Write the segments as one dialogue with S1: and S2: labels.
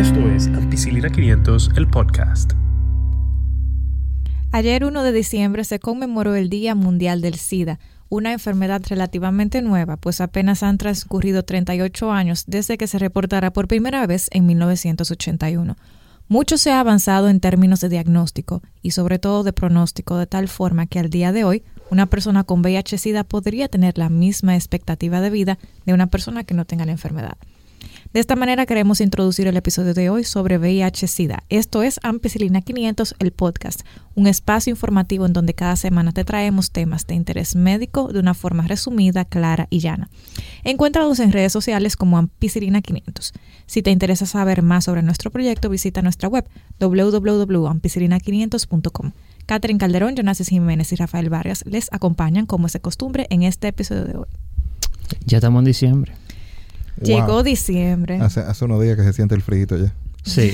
S1: Esto es Ampicilina 500, el podcast.
S2: Ayer 1 de diciembre se conmemoró el Día Mundial del SIDA, una enfermedad relativamente nueva, pues apenas han transcurrido 38 años desde que se reportara por primera vez en 1981. Mucho se ha avanzado en términos de diagnóstico y sobre todo de pronóstico, de tal forma que al día de hoy una persona con VIH-Sida podría tener la misma expectativa de vida de una persona que no tenga la enfermedad. De esta manera queremos introducir el episodio de hoy sobre VIH-Sida. Esto es Ampicilina 500, el podcast, un espacio informativo en donde cada semana te traemos temas de interés médico de una forma resumida, clara y llana. Encuéntranos en redes sociales como Ampicilina 500. Si te interesa saber más sobre nuestro proyecto, visita nuestra web www.ampicilina500.com. Catherine Calderón, Jonasis Jiménez y Rafael Vargas les acompañan como es de costumbre en este episodio de hoy.
S3: Ya estamos en diciembre.
S2: Llegó diciembre.
S4: Hace unos días que se siente el frío ya.
S3: Sí.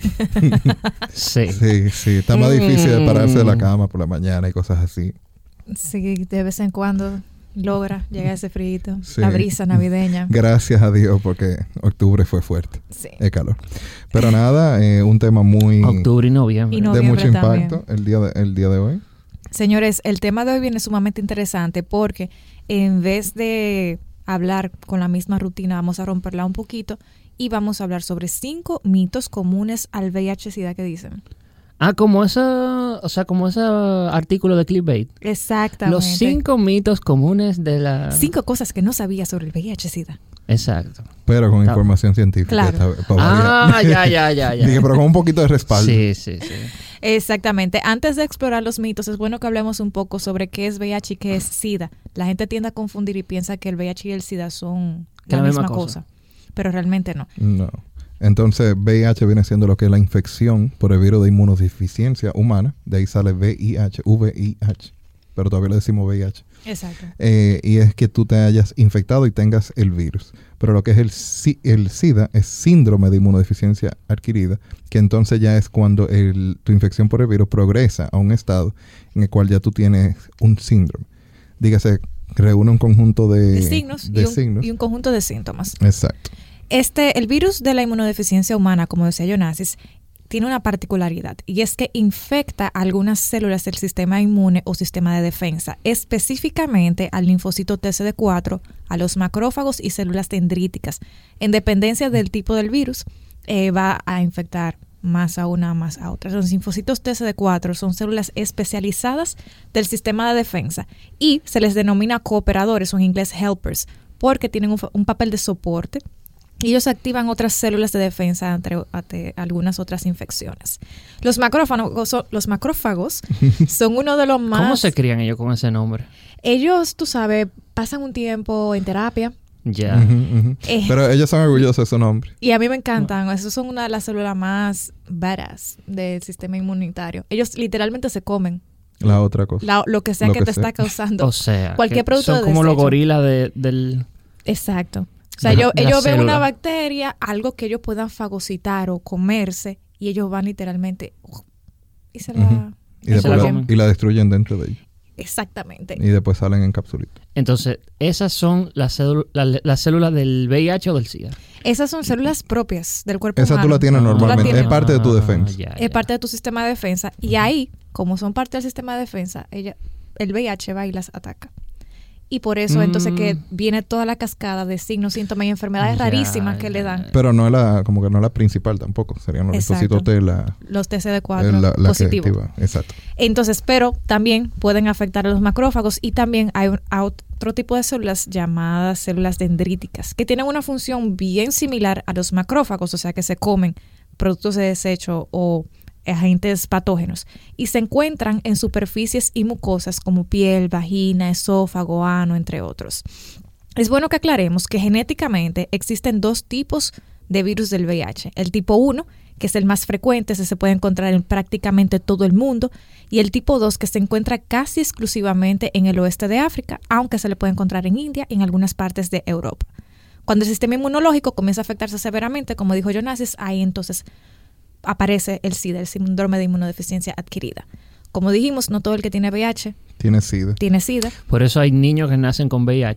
S3: Sí.
S4: Sí. Está más difícil de pararse de la cama por la mañana y cosas así.
S2: Sí, de vez en cuando logra llegar ese frío. Sí. La brisa navideña.
S4: Gracias a Dios porque octubre fue fuerte.
S2: Sí.
S4: El calor. Pero nada, un tema muy...
S3: Octubre y noviembre.
S4: De mucho impacto el día de hoy.
S2: Señores, el tema de hoy viene sumamente interesante porque en vez de hablar con la misma rutina, vamos a romperla un poquito y vamos a hablar sobre 5 mitos comunes al VIH-Sida que dicen.
S3: Como ese artículo de Clickbait.
S2: Exactamente.
S3: Los 5 mitos comunes de la...
S2: 5 cosas que no sabía sobre el VIH-Sida.
S3: Exacto.
S4: Pero con información científica.
S2: Claro.
S3: Ya.
S4: Dije, pero con un poquito de respaldo.
S3: Sí.
S2: Exactamente. Antes de explorar los mitos, es bueno que hablemos un poco sobre qué es VIH y qué es SIDA. La gente tiende a confundir y piensa que el VIH y el SIDA son la misma cosa. Pero realmente no.
S4: No. Entonces, VIH viene siendo lo que es la infección por el virus de inmunodeficiencia humana. De ahí sale VIH. Pero todavía le decimos VIH.
S2: Exacto.
S4: Y es que tú te hayas infectado y tengas el virus. Pero lo que es el SIDA es síndrome de inmunodeficiencia adquirida, que entonces ya es cuando tu infección por el virus progresa a un estado en el cual ya tú tienes un síndrome. Dígase, reúne un conjunto de signos
S2: y un conjunto de síntomas.
S4: Exacto.
S2: El virus de la inmunodeficiencia humana, como decía Jonasis, tiene una particularidad y es que infecta algunas células del sistema inmune o sistema de defensa, específicamente al linfocito TCD4, a los macrófagos y células dendríticas. En dependencia del tipo del virus, va a infectar más a una, más a otra. Los linfocitos TCD4 son células especializadas del sistema de defensa y se les denomina cooperadores o en inglés helpers porque tienen un papel de soporte. Y ellos activan otras células de defensa ante algunas otras infecciones. Los macrófagos son uno de los más...
S3: ¿Cómo se crían ellos con ese nombre?
S2: Ellos, tú sabes, pasan un tiempo en terapia.
S3: Ya.
S4: Pero ellos son orgullosos de su nombre.
S2: Y a mí me encantan. Esos son una de las células más badass del sistema inmunitario. Ellos literalmente se comen
S4: la otra cosa.
S2: Lo que sea que te está causando.
S3: O sea,
S2: cualquier producto
S3: son como los gorilas del...
S2: Exacto. O sea, ellos ven una bacteria, algo que ellos puedan fagocitar o comerse, y ellos van literalmente y se la...
S4: Y la destruyen dentro de ellos.
S2: Exactamente.
S4: Y después salen en capsulitas.
S3: Entonces, ¿esas son las células del VIH o del SIDA?
S2: Esas son células propias del cuerpo
S4: humano. Esa tú la tienes normalmente. Es parte de tu defensa.
S2: Es parte de tu sistema de defensa. Y ahí, como son parte del sistema de defensa, el VIH va y las ataca. Y por eso entonces que viene toda la cascada de signos, síntomas y enfermedades rarísimas que le dan.
S4: Pero no es la principal tampoco. Serían los linfocitos T,
S2: los TCD4 positivos.
S4: Exacto.
S2: Entonces, pero también pueden afectar a los macrófagos y también hay otro tipo de células llamadas células dendríticas que tienen una función bien similar a los macrófagos, o sea que se comen productos de desecho o agentes patógenos y se encuentran en superficies y mucosas como piel, vagina, esófago, ano, entre otros. Es bueno que aclaremos que genéticamente existen 2 tipos de virus del VIH. El tipo 1, que es el más frecuente, se puede encontrar en prácticamente todo el mundo, y el tipo 2, que se encuentra casi exclusivamente en el oeste de África, aunque se le puede encontrar en India y en algunas partes de Europa. Cuando el sistema inmunológico comienza a afectarse severamente, como dijo Jonasis, ahí entonces aparece el SIDA, el síndrome de inmunodeficiencia adquirida. Como dijimos, no todo el que tiene VIH
S4: tiene SIDA.
S2: Tiene SIDA.
S3: Por eso hay niños que nacen con VIH.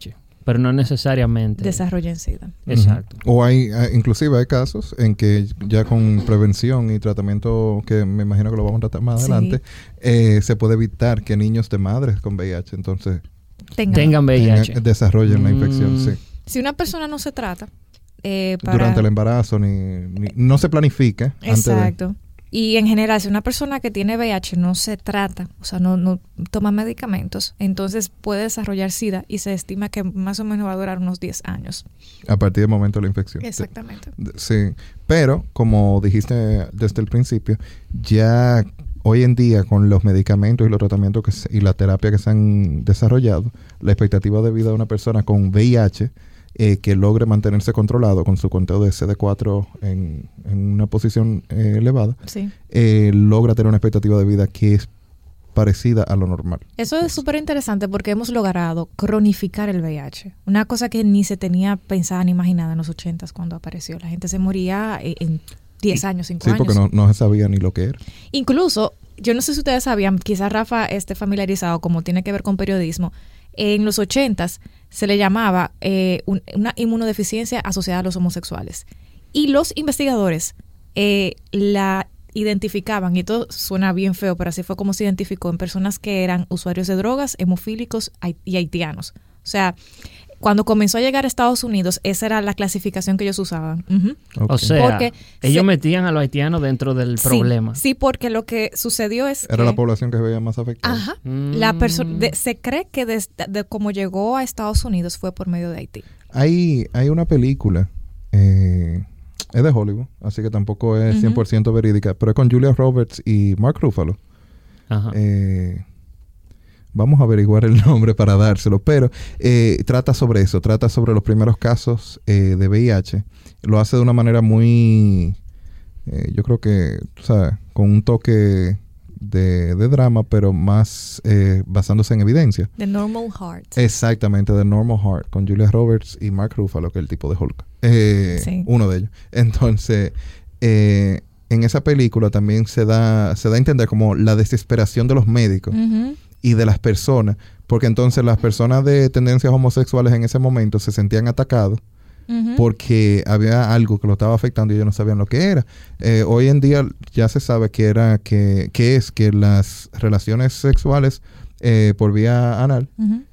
S3: Pero no necesariamente.
S2: desarrollen SIDA.
S3: Exacto.
S4: O inclusive hay casos en que ya con prevención y tratamiento, que me imagino que lo vamos a tratar más
S2: Sí.
S4: adelante, se puede evitar que niños de madres con VIH entonces
S3: Tengan VIH.
S4: desarrollen la infección, sí.
S2: Si una persona no se trata
S4: Durante el embarazo no se planifica antes de...
S2: Exacto. Y en general, si una persona que tiene VIH no se trata, o sea, no toma medicamentos, entonces puede desarrollar SIDA y se estima que más o menos va a durar unos 10 años.
S4: a partir del momento de la infección.
S2: Exactamente.
S4: Sí, pero como dijiste desde el principio, ya hoy en día con los medicamentos y los tratamientos y la terapia que se han desarrollado, la expectativa de vida de una persona con VIH que logre mantenerse controlado con su conteo de CD4 en una posición elevada,
S2: Sí.
S4: Logra tener una expectativa de vida que es parecida a lo normal.
S2: Eso es súper interesante porque hemos logrado cronificar el VIH. Una cosa que ni se tenía pensada ni imaginada en los 80s cuando apareció. La gente se moría en 10 años, 5 años.
S4: Sí, porque no se sabía ni lo que era.
S2: Incluso, yo no sé si ustedes sabían, quizás Rafa esté familiarizado como tiene que ver con periodismo, en los 80s se le llamaba una inmunodeficiencia asociada a los homosexuales. Y los investigadores la identificaban, y esto suena bien feo, pero así fue como se identificó, en personas que eran usuarios de drogas, hemofílicos y haitianos. O sea, cuando comenzó a llegar a Estados Unidos, esa era la clasificación que ellos usaban. Ujú.
S3: O sea,
S2: Porque
S3: ellos metían a los haitianos dentro del problema.
S2: Sí, porque lo que sucedió es
S4: Era
S2: que...
S4: la población que se veía más afectada.
S2: Ajá. Se cree que de cómo llegó a Estados Unidos fue por medio de Haití.
S4: Hay una película, es de Hollywood, así que tampoco es 100% verídica, pero es con Julia Roberts y Mark Ruffalo.
S3: Ajá.
S4: Vamos a averiguar el nombre para dárselo, pero trata sobre eso, trata sobre los primeros casos de VIH. Lo hace de una manera muy, yo creo que, tú sabes, con un toque de drama, pero más basándose en evidencia.
S2: The Normal Heart.
S4: Exactamente, The Normal Heart, con Julia Roberts y Mark Ruffalo, que es el tipo de Hulk.
S2: Sí.
S4: Uno de ellos. Entonces, en esa película también se da a entender como la desesperación de los médicos y de las personas, porque entonces las personas de tendencias homosexuales en ese momento se sentían atacados porque había algo que lo estaba afectando y ellos no sabían lo que era. Hoy en día ya se sabe que es que las relaciones sexuales por vía anal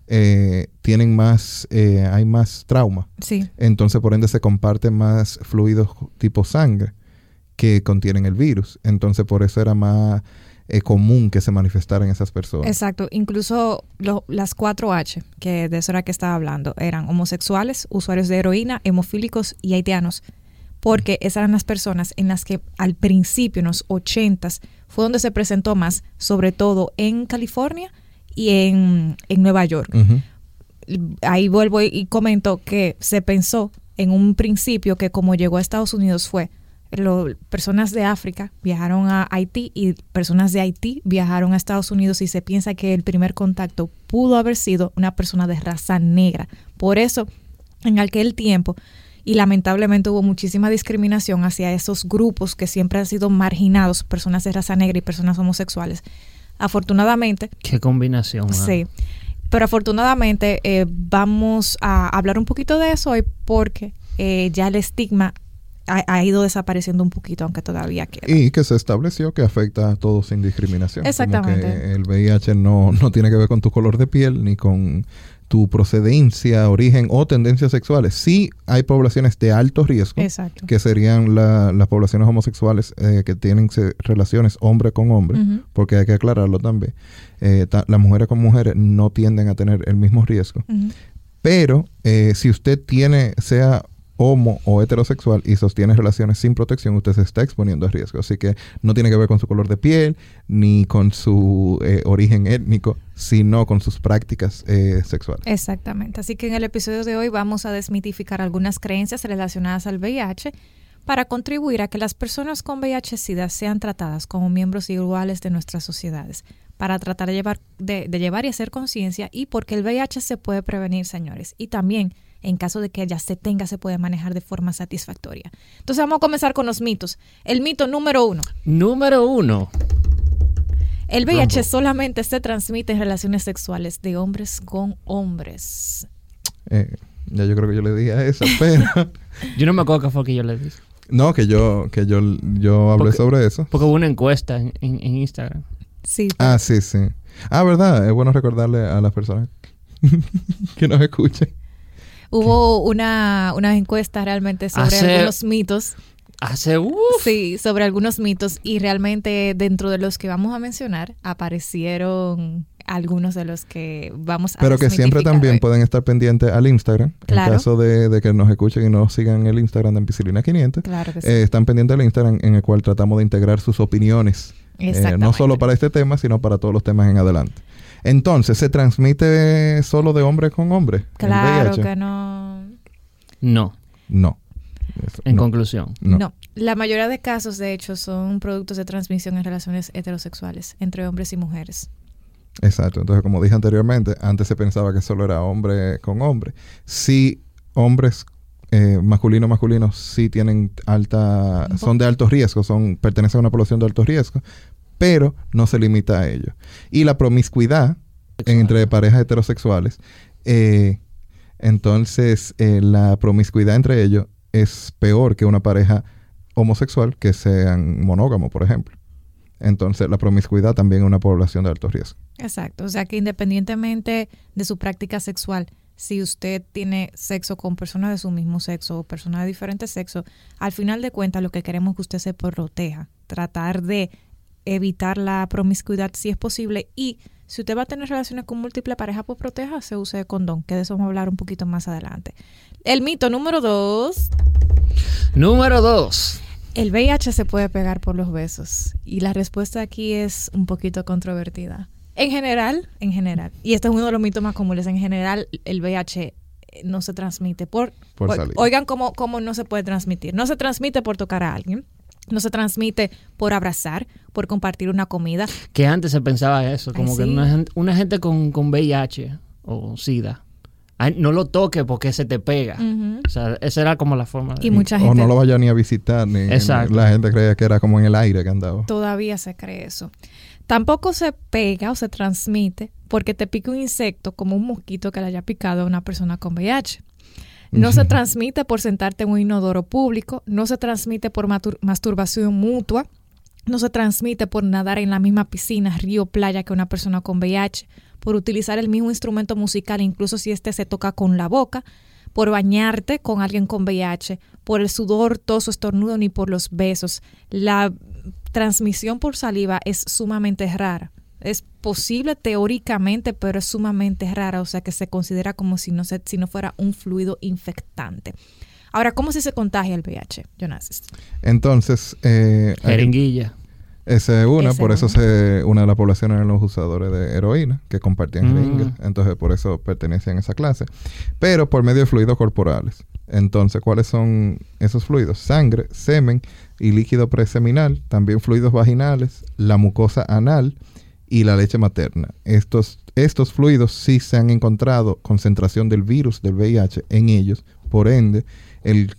S4: tienen más, hay más trauma.
S2: Sí.
S4: Entonces, por ende, se comparten más fluidos tipo sangre que contienen el virus. Entonces, por eso era más común que se manifestara en esas personas.
S2: Exacto. Incluso las 4H, que de eso era que estaba hablando, eran homosexuales, usuarios de heroína, hemofílicos y haitianos. Porque esas eran las personas en las que al principio, en los 80s, fue donde se presentó más, sobre todo en California y en Nueva York. Ahí vuelvo y comento que se pensó en un principio que como llegó a Estados Unidos fue personas de África viajaron a Haití y personas de Haití viajaron a Estados Unidos y se piensa que el primer contacto pudo haber sido una persona de raza negra. Por eso, en aquel tiempo, y lamentablemente hubo muchísima discriminación hacia esos grupos que siempre han sido marginados, personas de raza negra y personas homosexuales. Afortunadamente...
S3: Qué combinación.
S2: Sí. Pero afortunadamente vamos a hablar un poquito de eso hoy porque ya el estigma ha ido desapareciendo un poquito, aunque todavía queda.
S4: Y que se estableció que afecta a todos sin discriminación.
S2: Exactamente.
S4: Como que el VIH no tiene que ver con tu color de piel ni con tu procedencia, origen o tendencias sexuales. Sí hay poblaciones de alto riesgo.
S2: Exacto.
S4: Que serían las poblaciones homosexuales que tienen relaciones hombre con hombre, porque hay que aclararlo también. Las mujeres con mujeres no tienden a tener el mismo riesgo. Pero si usted sea homo o heterosexual y sostiene relaciones sin protección, usted se está exponiendo a riesgo. Así que no tiene que ver con su color de piel, ni con su origen étnico, sino con sus prácticas sexuales.
S2: Exactamente. Así que en el episodio de hoy vamos a desmitificar algunas creencias relacionadas al VIH para contribuir a que las personas con VIH-Sida sean tratadas como miembros iguales de nuestras sociedades, para tratar de llevar y hacer conciencia y porque el VIH se puede prevenir, señores. Y también, en caso de que ya se tenga, se puede manejar de forma satisfactoria. Entonces vamos a comenzar con los mitos. El mito número 1.
S3: Número 1.
S2: El VIH solamente se transmite en relaciones sexuales de hombres con hombres.
S4: Ya yo creo que yo le dije a esa, pero...
S3: Yo no me acuerdo qué fue que yo le dije.
S4: No, que yo hablé sobre eso.
S3: Porque hubo una encuesta en Instagram.
S2: Sí.
S4: Ah, sí. Ah, ¿verdad? Es bueno recordarle a las personas que nos escuchen.
S2: Hubo unas encuestas realmente sobre algunos mitos. Sí, sobre algunos mitos. Y realmente dentro de los que vamos a mencionar aparecieron algunos de los que vamos a
S4: Pero que siempre también pueden estar pendientes al Instagram.
S2: Claro.
S4: En caso de que nos escuchen y nos sigan el Instagram de Ampicilina 500.
S2: Claro que sí.
S4: Están pendientes al Instagram en el cual tratamos de integrar sus opiniones. No solo para este tema, sino para todos los temas en adelante. Entonces, ¿se transmite solo de hombre con hombre?
S2: Claro que no.
S3: No. En conclusión.
S2: No. La mayoría de casos, de hecho, son productos de transmisión en relaciones heterosexuales entre hombres y mujeres.
S4: Exacto. Entonces, como dije anteriormente, antes se pensaba que solo era hombre con hombre. Sí, hombres masculinos sí tienen son de alto riesgo, pertenecen a una población de alto riesgo, pero no se limita a ello. Y la promiscuidad entre parejas heterosexuales, entonces la promiscuidad entre ellos es peor que una pareja homosexual que sean monógamos, por ejemplo. Entonces, la promiscuidad también es una población de alto riesgo.
S2: Exacto. O sea, que independientemente de su práctica sexual, si usted tiene sexo con personas de su mismo sexo o personas de diferente sexo, al final de cuentas lo que queremos es que usted se proteja. Tratar de evitar la promiscuidad si es posible. Y si usted va a tener relaciones con múltiples parejas, pues protéjase, use condón, que de eso vamos a hablar un poquito más adelante. El mito número 2.
S3: Número 2.
S2: El VIH se puede pegar por los besos. Y la respuesta aquí es un poquito controvertida. En general, y este es uno de los mitos más comunes, en general el VIH no se transmite por salir. Oigan cómo no se puede transmitir. No se transmite por tocar a alguien. No se transmite por abrazar, por compartir una comida.
S3: Que antes se pensaba eso, como que una gente con VIH o SIDA, no lo toque porque se te pega. Uh-huh. O sea, esa era como la forma.
S2: Y mucha gente...
S4: O no lo vaya ni a visitar, ni la gente creía que era como en el aire que andaba.
S2: Todavía se cree eso. Tampoco se pega o se transmite porque te pica un insecto como un mosquito que le haya picado a una persona con VIH. No se transmite por sentarte en un inodoro público, no se transmite por masturbación mutua, no se transmite por nadar en la misma piscina, río, playa que una persona con VIH, por utilizar el mismo instrumento musical, incluso si se toca con la boca, por bañarte con alguien con VIH, por el sudor, tos o estornudo, ni por los besos. La transmisión por saliva es sumamente rara. Es posible teóricamente, pero es sumamente rara, o sea que se considera como si no fuera un fluido infectante. Ahora, ¿cómo se contagia el VIH, Jonas?
S4: Entonces,
S3: jeringuilla.
S4: Esa es una, por eso una de las poblaciones eran los usadores de heroína, que compartían jeringas, entonces por eso pertenecían a esa clase, pero por medio de fluidos corporales. Entonces, ¿cuáles son esos fluidos? Sangre, semen y líquido preseminal, también fluidos vaginales, la mucosa anal y la leche materna. Estos fluidos sí se han encontrado concentración del virus del VIH en ellos, por ende, el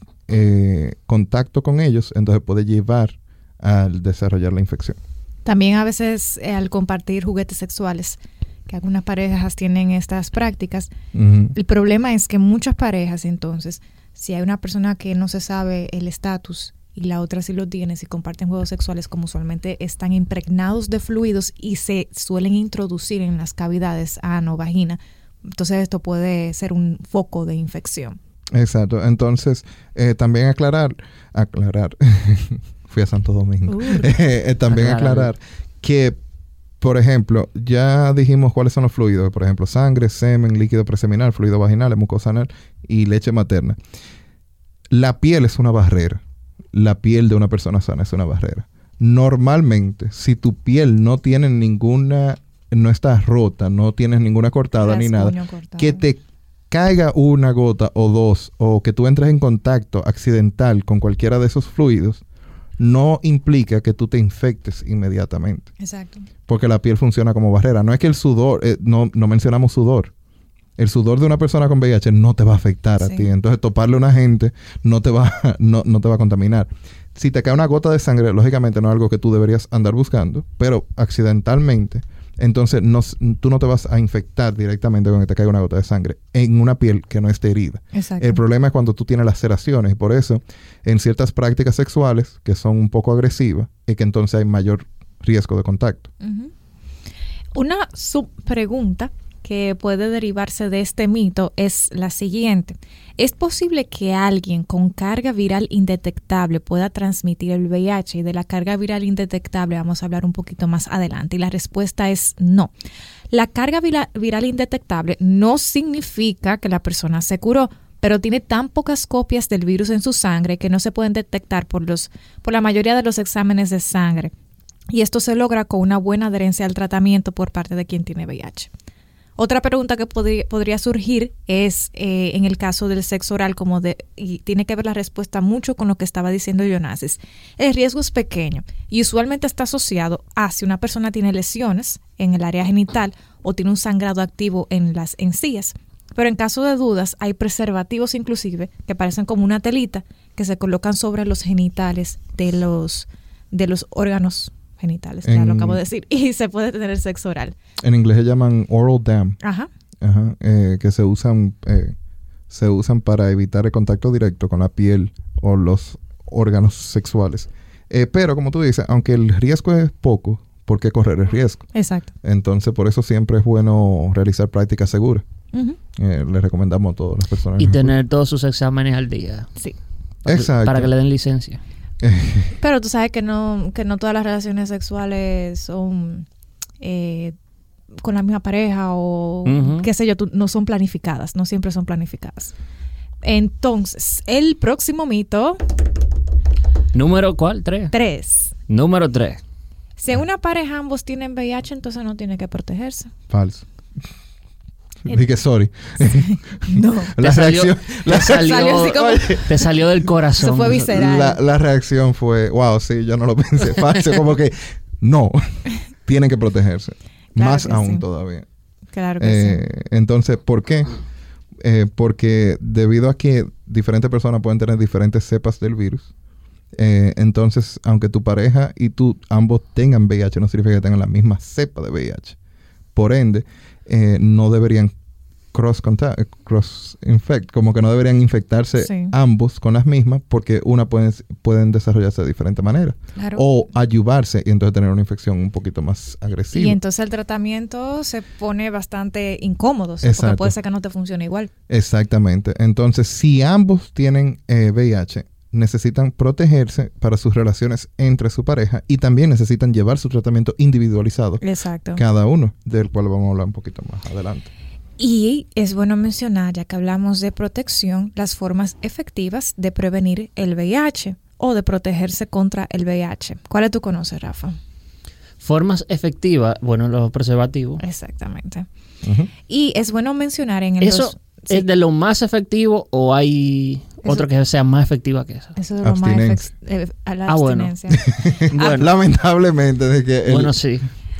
S4: contacto con ellos entonces puede llevar al desarrollar la infección.
S2: También a veces al compartir juguetes sexuales, que algunas parejas tienen estas prácticas, el problema es que muchas parejas entonces, si hay una persona que no se sabe el estatus y la otra sí lo tiene, si comparten juegos sexuales, como usualmente están impregnados de fluidos y se suelen introducir en las cavidades ano, vagina, entonces esto puede ser un foco de infección.
S4: Exacto. Entonces, también aclarar fui a Santo Domingo. También aclarar que, por ejemplo, ya dijimos cuáles son los fluidos, por ejemplo, sangre, semen, líquido preseminal, fluido vaginal, mucosa anal y leche materna. La piel es una barrera. La piel de una persona sana es una barrera. Normalmente, si tu piel no tiene no está rota, no tienes ninguna cortada ni nada, que te caiga una gota o dos, o que tú entres en contacto accidental con cualquiera de esos fluidos, no implica que tú te infectes inmediatamente.
S2: Exacto. Porque
S4: la piel funciona como barrera. No es que el sudor, no mencionamos sudor. El sudor de una persona con VIH no te va a afectar a ti. Entonces, toparle a una gente no te va a contaminar. Si te cae una gota de sangre, lógicamente no es algo que tú deberías andar buscando, pero accidentalmente Entonces, tú no te vas a infectar directamente con que te caiga una gota de sangre en una piel que no esté herida.
S2: Exacto.
S4: El problema es cuando tú tienes laceraciones, y por eso en ciertas prácticas sexuales que son un poco agresivas, es que entonces hay mayor riesgo de contacto.
S2: Uh-huh. Una subpregunta que puede derivarse de este mito es la siguiente. ¿Es posible que alguien con carga viral indetectable pueda transmitir el VIH? Y de la carga viral indetectable vamos a hablar un poquito más adelante. Y la respuesta es no. La carga viral indetectable no significa que la persona se curó, pero tiene tan pocas copias del virus en su sangre que no se pueden detectar por la mayoría de los exámenes de sangre. Y esto se logra con una buena adherencia al tratamiento por parte de quien tiene VIH. Otra pregunta que podría surgir es en el caso del sexo oral, y tiene que ver la respuesta mucho con lo que estaba diciendo Yonasis. El riesgo es pequeño y usualmente está asociado a si una persona tiene lesiones en el área genital o tiene un sangrado activo en las encías. Pero en caso de dudas, hay preservativos inclusive que parecen como una telita que se colocan sobre los genitales de los órganos genitales, ya lo acabo de decir, y se puede tener el sexo oral.
S4: En inglés se llaman oral dam.
S2: Ajá.
S4: Que se usan para evitar el contacto directo con la piel o los órganos sexuales. Pero como tú dices, aunque el riesgo es poco, ¿por qué correr el riesgo?
S2: Exacto.
S4: Entonces, por eso siempre es bueno realizar prácticas seguras. Uh-huh. Le recomendamos a todas las personas.
S3: Y tener todos sus exámenes al día.
S2: Sí.
S4: Exacto.
S3: Para que le den licencia.
S2: Pero tú sabes que no todas las relaciones sexuales son con la misma pareja o qué sé yo, no son planificadas, no siempre son planificadas. Entonces, el próximo mito.
S3: ¿Número cuál? 3.
S2: 3.
S3: Número 3.
S2: Si en una pareja ambos tienen VIH, entonces no tiene que protegerse.
S4: Falso. Dije sorry.
S2: No.
S4: La reacción
S3: te salió del corazón.
S2: Eso fue visceral.
S4: La reacción fue, wow, sí, yo no lo pensé. Falso, como que no, tienen que protegerse.
S2: Claro
S4: más
S2: que
S4: aún
S2: sí.
S4: Todavía.
S2: Claro que sí.
S4: Entonces, ¿por qué? Porque debido a que diferentes personas pueden tener diferentes cepas del virus, entonces, aunque tu pareja y tú ambos tengan VIH, no significa que tengan la misma cepa de VIH. Por ende, no deberían cross-infect, como que no deberían infectarse ambos con las mismas, porque una pueden desarrollarse de diferente manera.
S2: Claro.
S4: O ayudarse y entonces tener una infección un poquito más agresiva.
S2: Y entonces el tratamiento se pone bastante incómodo, porque puede ser que no te funcione igual.
S4: Exactamente. Entonces, si ambos tienen VIH, necesitan protegerse para sus relaciones entre su pareja y también necesitan llevar su tratamiento individualizado.
S2: Exacto.
S4: Cada uno, del cual vamos a hablar un poquito más adelante.
S2: Y es bueno mencionar, ya que hablamos de protección, las formas efectivas de prevenir el VIH o de protegerse contra el VIH. ¿Cuáles tú conoces, Rafa?
S3: Formas efectivas, bueno, los preservativos.
S2: Exactamente.
S4: Uh-huh.
S2: Y es bueno mencionar en el...
S3: ¿Eso es de lo más efectivo o hay otra que sea más efectiva que esa?
S2: Eso es de lo más abstinencia.
S3: Bueno.
S4: Lamentablemente, de que
S3: bueno, sí.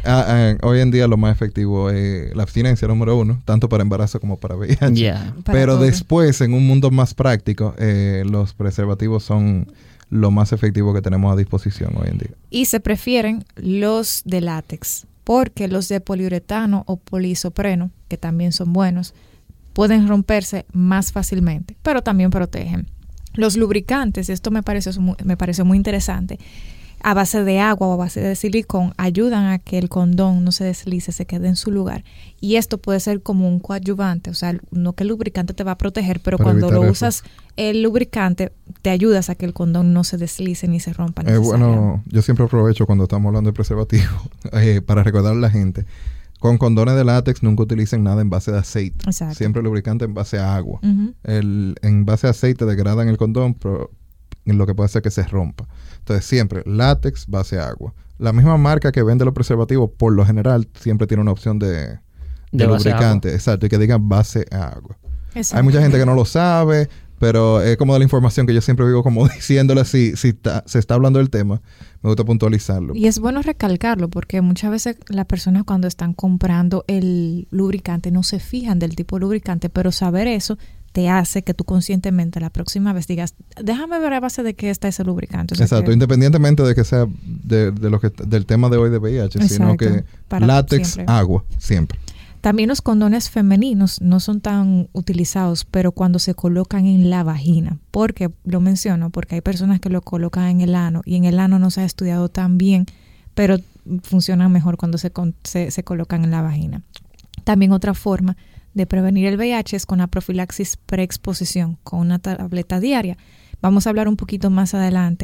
S4: Hoy en día lo más efectivo es la abstinencia, número 1, tanto para embarazo como para VIH.
S3: Yeah.
S4: Pero después, en un mundo más práctico, los preservativos son lo más efectivo que tenemos a disposición hoy en día.
S2: Y se prefieren los de látex, porque los de poliuretano o poliisopreno, que también son buenos, pueden romperse más fácilmente, pero también protegen. Los lubricantes, esto me pareció muy interesante, a base de agua o a base de silicón, ayudan a que el condón no se deslice, se quede en su lugar. Y esto puede ser como un coadyuvante, o sea, no que el lubricante te va a proteger, pero cuando lo usas, el lubricante te ayudas a que el condón no se deslice ni se rompa.
S4: Bueno, yo siempre aprovecho cuando estamos hablando de preservativo para recordar a la gente. Con condones de látex nunca utilicen nada en base de aceite.
S2: Exacto.
S4: Siempre lubricante en base a agua.
S2: Uh-huh.
S4: En base a aceite degradan el condón, pero lo que puede hacer que se rompa. Entonces siempre látex, base a agua. La misma marca que vende los preservativos, por lo general, siempre tiene una opción de lubricante. Exacto, y que digan base a agua. Exacto. Hay mucha gente que no lo sabe, pero es como de la información que yo siempre digo como diciéndole se está hablando del tema. Me gusta puntualizarlo.
S2: Y es bueno recalcarlo porque muchas veces las personas cuando están comprando el lubricante no se fijan del tipo de lubricante, pero saber eso te hace que tú conscientemente la próxima vez digas, déjame ver a base de qué está ese lubricante. O sea,
S4: exacto, independientemente de que sea del tema de hoy de VIH, exacto, sino que látex, siempre. Agua, siempre.
S2: También los condones femeninos no son tan utilizados, pero cuando se colocan en la vagina. ¿Por qué lo menciono? Porque hay personas que lo colocan en el ano y en el ano no se ha estudiado tan bien, pero funcionan mejor cuando se colocan en la vagina. También otra forma de prevenir el VIH es con la profilaxis preexposición, con una tableta diaria. Vamos a hablar un poquito más adelante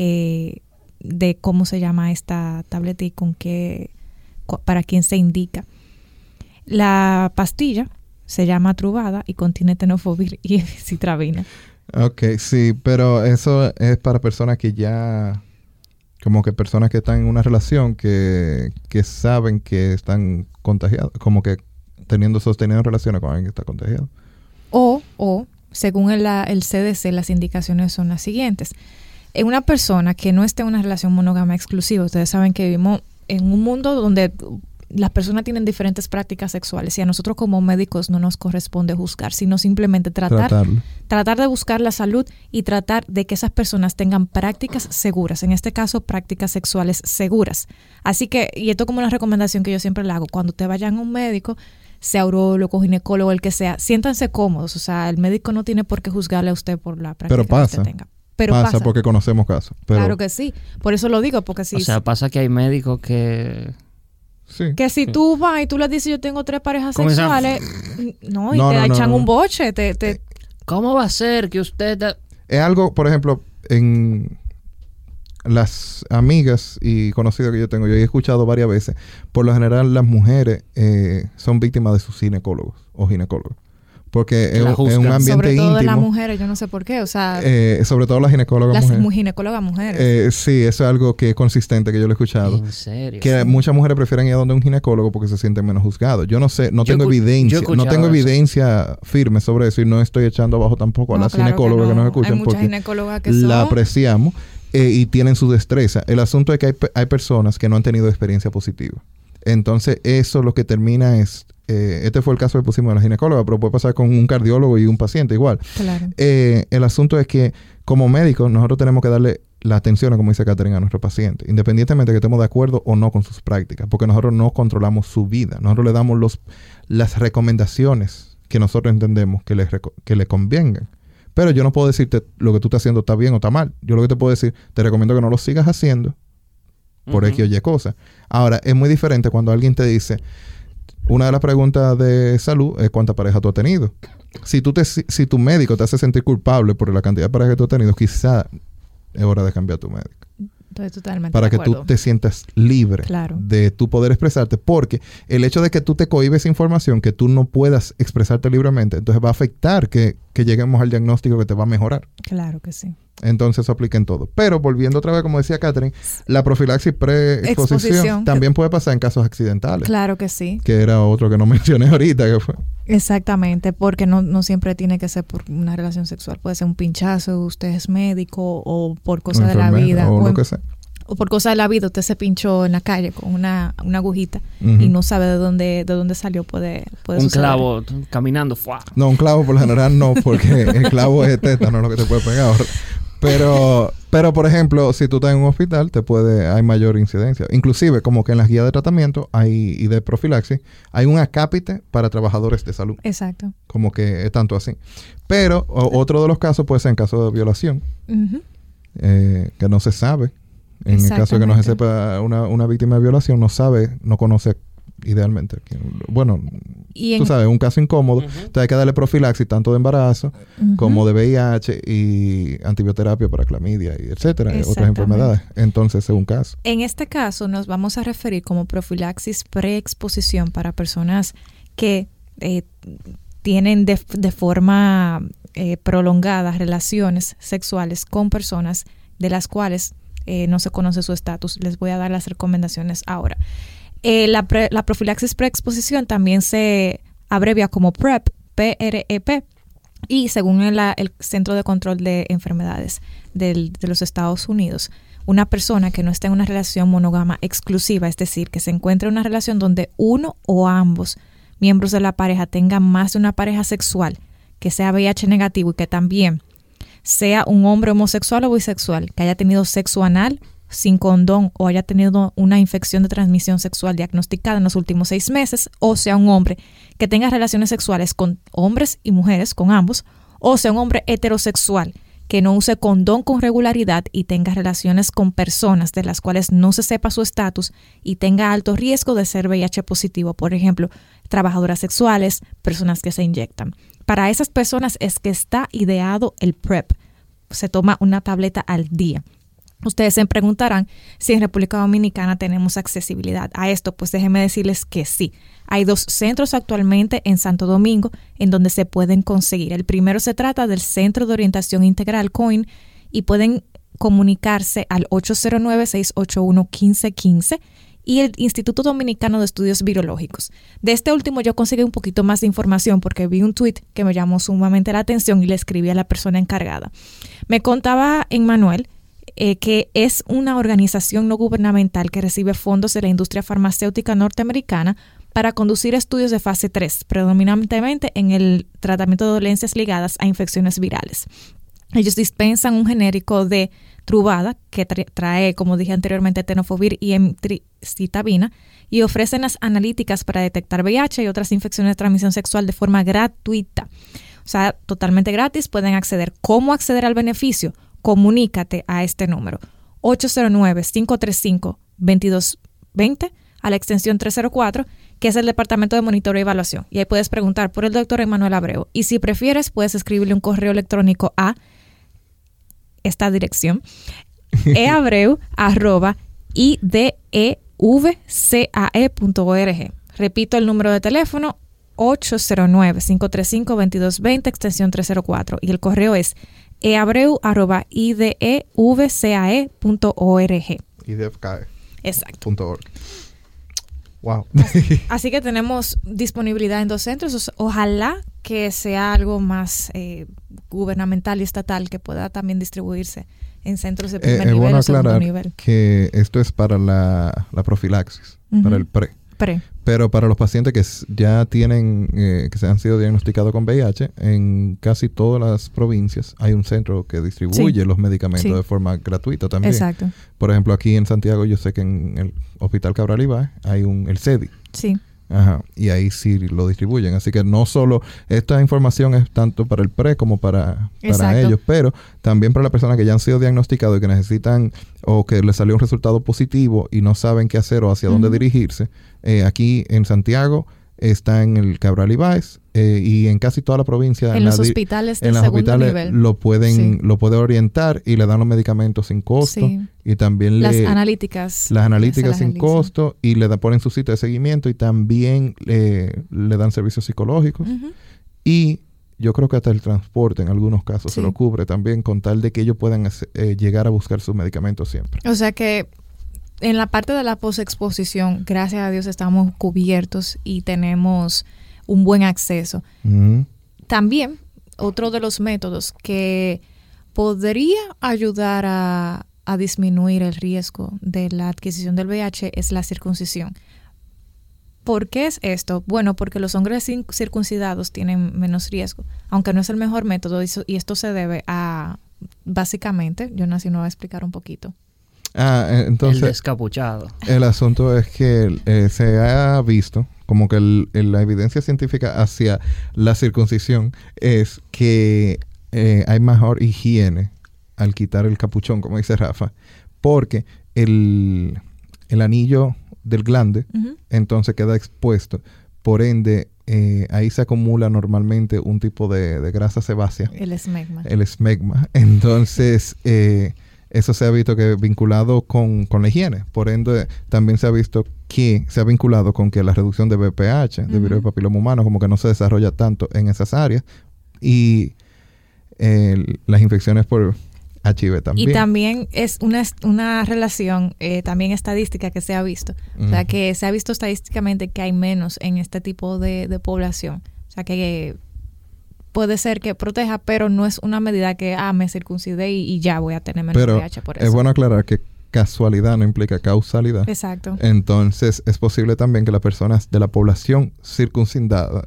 S2: de cómo se llama esta tableta y para quién se indica. La pastilla se llama Truvada y contiene tenofovir y citravina.
S4: Ok, sí, pero eso es para personas que ya, como que personas que están en una relación que saben que están contagiados, como que sosteniendo relaciones con alguien que está contagiado.
S2: O según el CDC, las indicaciones son las siguientes. En una persona que no esté en una relación monógama exclusiva, ustedes saben que vivimos en un mundo donde las personas tienen diferentes prácticas sexuales y a nosotros como médicos no nos corresponde juzgar, sino simplemente tratar de buscar la salud y tratar de que esas personas tengan prácticas seguras, en este caso prácticas sexuales seguras. Así que, y esto como una recomendación que yo siempre le hago, cuando te vayan a un médico, sea urólogo, ginecólogo, el que sea, siéntanse cómodos, o sea, el médico no tiene por qué juzgarle a usted por la práctica que usted tenga. Pero pasa
S4: porque conocemos casos.
S2: Claro que sí, por eso lo digo, porque si...
S3: O sea, pasa que hay médicos que...
S4: Sí,
S2: que si tú vas y tú les dices yo tengo 3 parejas sexuales, no, te echan un boche.
S3: ¿Cómo va a ser que usted...
S4: Es algo, por ejemplo, en las amigas y conocidos que yo tengo, yo he escuchado varias veces, por lo general las mujeres son víctimas de sus ginecólogos o ginecólogos. Porque es un ambiente
S2: sobre todo
S4: íntimo.
S2: De las mujeres, yo no sé por qué, o sea...
S4: sobre todo las ginecólogas mujeres.
S2: Las ginecólogas mujeres.
S4: Sí, eso es algo que es consistente, que yo lo he escuchado.
S3: ¿En serio?
S4: Que muchas mujeres prefieren ir a donde un ginecólogo porque se sienten menos juzgados. Yo no sé, no tengo evidencia firme sobre eso y no estoy echando abajo tampoco a las ginecólogas que nos escuchan.
S2: Hay muchas ginecólogas que son...
S4: La apreciamos y tienen su destreza. El asunto es que hay personas que no han tenido experiencia positiva. Entonces, eso lo que termina es... este fue el caso que pusimos de la ginecóloga, pero puede pasar con un cardiólogo y un paciente igual.
S2: Claro.
S4: El asunto es que, como médicos, nosotros tenemos que darle la atención, como dice Catherine, a nuestro paciente, independientemente de que estemos de acuerdo o no con sus prácticas, porque nosotros no controlamos su vida. Nosotros le damos las recomendaciones que nosotros entendemos que le convengan. Pero yo no puedo decirte lo que tú estás haciendo está bien o está mal. Yo lo que te puedo decir, te recomiendo que no lo sigas haciendo por X o Y cosas. Ahora, es muy diferente cuando alguien te dice... Una de las preguntas de salud es cuánta pareja tú has tenido. Si tu médico te hace sentir culpable por la cantidad de parejas que tú has tenido, quizá es hora de cambiar a tu médico.
S2: Estoy totalmente
S4: para
S2: de
S4: que
S2: acuerdo.
S4: Tú te sientas libre de tú poder expresarte, porque el hecho de que tú te cohibes información, que tú no puedas expresarte libremente, entonces va a afectar que lleguemos al diagnóstico que te va a mejorar.
S2: Claro que sí.
S4: Entonces eso aplica en todo. Pero volviendo otra vez, como decía Catherine, la profilaxis pre-exposición también puede pasar en casos accidentales.
S2: Claro que sí.
S4: Que era otro que no mencioné ahorita. Que fue.
S2: Exactamente, porque no siempre tiene que ser por una relación sexual. Puede ser un pinchazo, usted es médico o por cosas de la vida.
S4: O lo que sea.
S2: O por cosas de la vida, usted se pinchó en la calle con una agujita y no sabe de dónde salió, puede
S3: un
S2: suceder.
S3: Clavo caminando. ¡Fua!
S4: No, un clavo por lo general no, porque el clavo es tétano, no es lo que te puede pegar. Pero por ejemplo, si tú estás en un hospital, hay mayor incidencia. Inclusive, como que en las guías de tratamiento y de profilaxis, hay un acápite para trabajadores de salud.
S2: Exacto.
S4: Como que es tanto así. Pero otro de los casos puede ser en caso de violación, que no se sabe. En el caso de que no se sepa una víctima de violación, no conoce idealmente. Bueno, tú sabes, un caso incómodo. Entonces hay que darle profilaxis tanto de embarazo como de VIH y antibioterapia para clamidia y etcétera, otras enfermedades. Entonces, según caso.
S2: En este caso nos vamos a referir como profilaxis preexposición para personas que tienen de forma prolongada relaciones sexuales con personas de las cuales no se conoce su estatus. Les voy a dar las recomendaciones ahora. La profilaxis preexposición también se abrevia como PrEP, P-R-E-P, y según el Centro de Control de Enfermedades de los Estados Unidos, una persona que no está en una relación monógama exclusiva, es decir, que se encuentra en una relación donde uno o ambos miembros de la pareja tengan más de una pareja sexual, que sea VIH negativo y que también sea un hombre homosexual o bisexual que haya tenido sexo anal sin condón o haya tenido una infección de transmisión sexual diagnosticada en los últimos 6 meses, o sea un hombre que tenga relaciones sexuales con hombres y mujeres, con ambos, o sea un hombre heterosexual que no use condón con regularidad y tenga relaciones con personas de las cuales no se sepa su estatus y tenga alto riesgo de ser VIH positivo, por ejemplo, trabajadoras sexuales, personas que se inyectan. Para esas personas es que está ideado el PrEP. Se toma una tableta al día. Ustedes se preguntarán si en República Dominicana tenemos accesibilidad a esto. Pues déjenme decirles que sí. Hay 2 centros actualmente en Santo Domingo en donde se pueden conseguir. El primero se trata del Centro de Orientación Integral COIN y pueden comunicarse al 809-681-1515 y el Instituto Dominicano de Estudios Virológicos. De este último yo conseguí un poquito más de información porque vi un tuit que me llamó sumamente la atención y le escribí a la persona encargada. Me contaba Emmanuel que es una organización no gubernamental que recibe fondos de la industria farmacéutica norteamericana para conducir estudios de fase 3, predominantemente en el tratamiento de dolencias ligadas a infecciones virales. Ellos dispensan un genérico de Truvada que trae, como dije anteriormente, tenofovir y emtricitabina y ofrecen las analíticas para detectar VIH y otras infecciones de transmisión sexual de forma gratuita. O sea, totalmente gratis, pueden acceder. ¿Cómo acceder al beneficio? Comunícate a este número 809-535-2220 a la extensión 304, que es el Departamento de Monitoreo y Evaluación. Y ahí puedes preguntar por el doctor Emmanuel Abreu. Y si prefieres, puedes escribirle un correo electrónico a esta dirección, eabreu@idevcae.org. Repito el número de teléfono, 809-535-2220, extensión 304. Y el correo es eabreu@idevcae.org.
S4: IDEVCAE.
S2: Exacto.
S4: .org. Wow.
S2: Así que tenemos disponibilidad en 2 centros. Ojalá que sea algo más gubernamental y estatal que pueda también distribuirse en centros de primer nivel o segundo nivel.
S4: Que esto es para la profilaxis, para el pre. Pero para los pacientes que ya tienen, que se han sido diagnosticados con VIH, en casi todas las provincias hay un centro que distribuye los medicamentos de forma gratuita también.
S2: Exacto.
S4: Por ejemplo, aquí en Santiago yo sé que en el Hospital Cabral Ibáez hay el CEDI.
S2: Sí.
S4: Ajá, y ahí sí lo distribuyen. Así que no solo esta información es tanto para el pre como para ellos, pero también para las personas que ya han sido diagnosticados y que necesitan o que les salió un resultado positivo y no saben qué hacer o hacia dónde dirigirse. Aquí en Santiago está en el Cabral Ibáez y en casi toda la provincia.
S2: En los hospitales de segundo nivel.
S4: Lo puede orientar y le dan los medicamentos sin costo.
S2: Sí.
S4: Y también
S2: las analíticas
S4: sin costo y le ponen su sitio de seguimiento y también le dan servicios psicológicos. Y yo creo que hasta el transporte en algunos casos se lo cubre también, con tal de que ellos puedan llegar a buscar sus medicamentos siempre.
S2: O sea que en la parte de la posexposición, gracias a Dios estamos cubiertos y tenemos un buen acceso. También otro de los métodos que podría ayudar a disminuir el riesgo de la adquisición del VIH es la circuncisión. ¿Por qué es esto? Bueno, porque los hombres circuncidados tienen menos riesgo, aunque no es el mejor método, y esto se debe a, básicamente, Jonas nos va a explicar un poquito.
S3: El
S4: Entonces,
S3: descapuchado.
S4: El asunto es que se ha visto como que la evidencia científica hacia la circuncisión es que hay mejor higiene al quitar el capuchón, como dice Rafa, porque el anillo del glande entonces queda expuesto. Por ende, ahí se acumula normalmente un tipo de grasa sebácea.
S2: El esmegma.
S4: Entonces, eso se ha visto que vinculado con la higiene. Por ende, también se ha visto que se ha vinculado con que la reducción de VPH, de virus del papiloma humano, como que no se desarrolla tanto en esas áreas. Y las infecciones por HIV también.
S2: Y también es una relación también estadística que se ha visto. O sea, que se ha visto estadísticamente que hay menos en este tipo de población. O sea, que puede ser que proteja, pero no es una medida que me circuncidé y ya voy a tener menos VIH por eso.
S4: Es bueno aclarar que casualidad no implica causalidad.
S2: Exacto.
S4: Entonces es posible también que las personas de la población circuncidada,